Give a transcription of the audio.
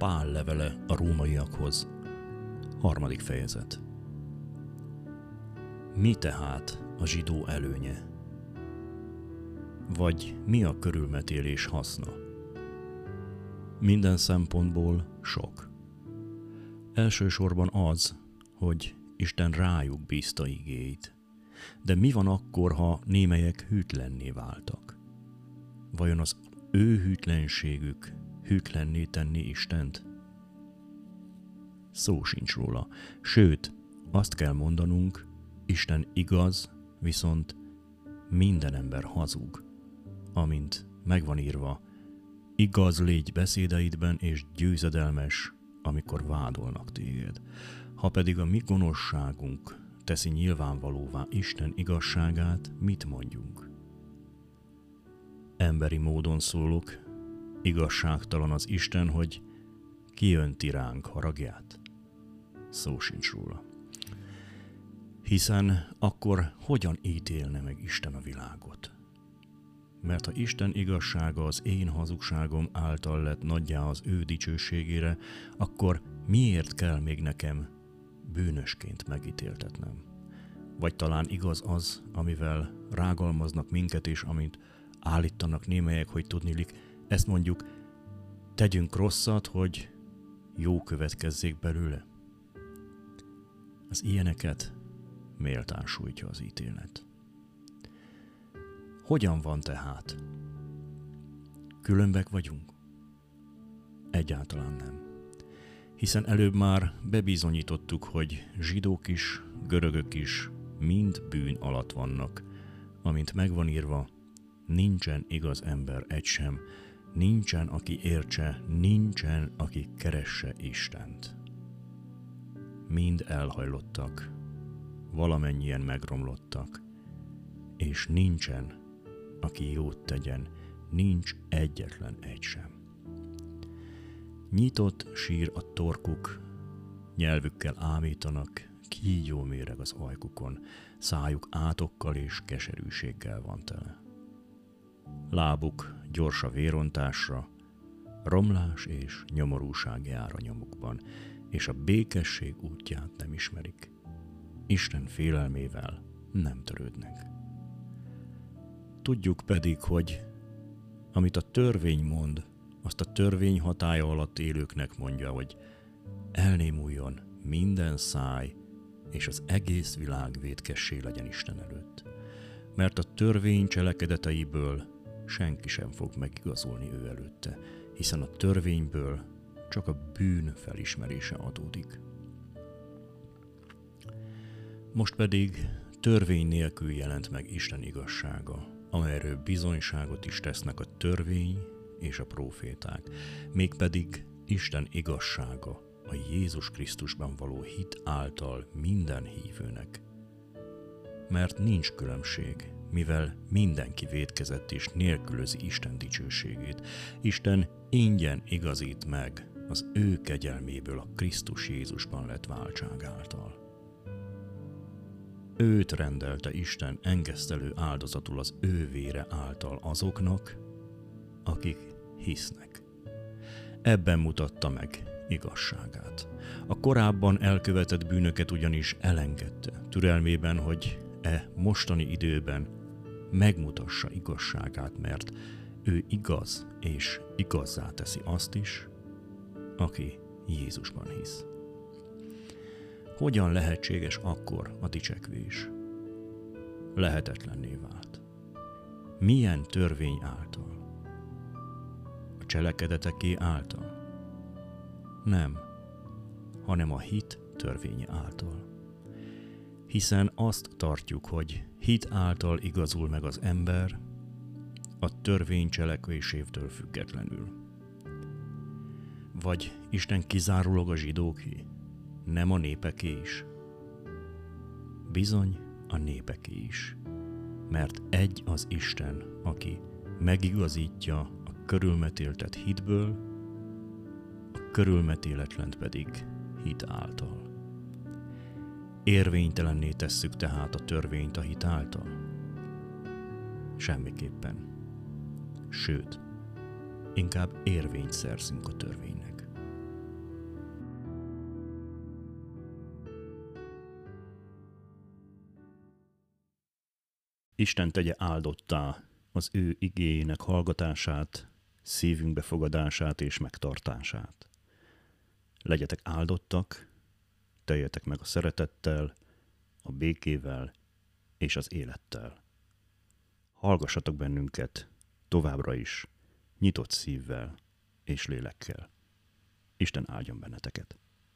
Pál levele a rómaiakhoz, 3. fejezet. Mi tehát a zsidó előnye? Vagy mi a körülmetélés haszna? Minden szempontból sok. Elsősorban az, hogy Isten rájuk bízta igéit. De mi van akkor, ha némelyek hűtlenné váltak? Vajon az ő hűtlenségük hűtlenné tenni Istent? Szó sincs róla. Sőt, azt kell mondanunk, Isten igaz, viszont minden ember hazug, amint megvan írva, igaz légy beszédeidben és győzedelmes, amikor vádolnak téged. Ha pedig a mi gonoszságunk teszi nyilvánvalóvá Isten igazságát, mit mondjunk? Emberi módon szólok, igazságtalan az Isten, hogy kiönti ránk haragját. Szó sincs róla. Hiszen akkor hogyan ítélne meg Isten a világot? Mert ha Isten igazsága az én hazugságom által lett nagyjá az ő dicsőségére, akkor miért kell még nekem bűnösként megítéltetnem? Vagy talán igaz az, amivel rágalmaznak minket, és amint állítanak némelyek, hogy tudnilik, ezt mondjuk, tegyünk rosszat, hogy jó következzék belőle? Az ilyeneket méltán sújtja az ítélet. Hogyan van tehát? Különbek vagyunk? Egyáltalán nem. Hiszen előbb már bebizonyítottuk, hogy zsidók is, görögök is mind bűn alatt vannak, amint megvan írva, nincsen igaz ember egy sem, nincsen, aki értse, nincsen, aki keresse Istent. Mind elhajlottak, valamennyien megromlottak, és nincsen, aki jót tegyen, nincs egyetlen egy sem. Nyitott sír a torkuk, nyelvükkel ámítanak, kígyó méreg az ajkukon, szájuk átokkal és keserűséggel van tele. Lábuk gyors a vérontásra, romlás és nyomorúság jár a nyomukban, és a békesség útját nem ismerik. Isten félelmével nem törődnek. Tudjuk pedig, hogy amit a törvény mond, azt a törvény hatálya alatt élőknek mondja, hogy elnémuljon minden száj, és az egész világ vétkessé legyen Isten előtt. Mert a törvény cselekedeteiből senki sem fog megigazolni ő előtte, hiszen a törvényből csak a bűn felismerése adódik. Most pedig törvény nélkül jelent meg Isten igazsága, amelyről bizonyságot is tesznek a törvény és a próféták, mégpedig Isten igazsága a Jézus Krisztusban való hit által minden hívőnek. Mert nincs különbség, mivel mindenki vétkezett és nélkülözi Isten dicsőségét. Isten ingyen igazít meg az ő kegyelméből a Krisztus Jézusban lett váltság által. Őt rendelte Isten engesztelő áldozatul az ő vére által azoknak, akik hisznek. Ebben mutatta meg igazságát. A korábban elkövetett bűnöket ugyanis elengedte, türelmében, hogy mostani időben megmutassa igazságát, mert ő igaz és igazzá teszi azt is, aki Jézusban hisz. Hogyan lehetséges akkor a dicsekvés? Lehetetlenné vált. Milyen törvény által? A cselekedeteké által? Nem, hanem a hit törvénye által. Hiszen azt tartjuk, hogy hit által igazul meg az ember a törvény cselekvésétől függetlenül. Vagy Isten kizárólag a zsidóké, nem a népeké is? Bizony a népeké is, mert egy az Isten, aki megigazítja a körülmetéltet hitből, a körülmetéletlent pedig hit által. Érvénytelenné tesszük tehát a törvényt a hit által? Semmiképpen. Sőt, inkább érvényt szerzünk a törvénynek. Isten tegye áldottá az ő igéjének hallgatását, szívünk befogadását és megtartását. Legyetek áldottak, teljetek meg a szeretettel, a békével és az élettel. Hallgassatok bennünket továbbra is, nyitott szívvel és lélekkel. Isten áldjon benneteket!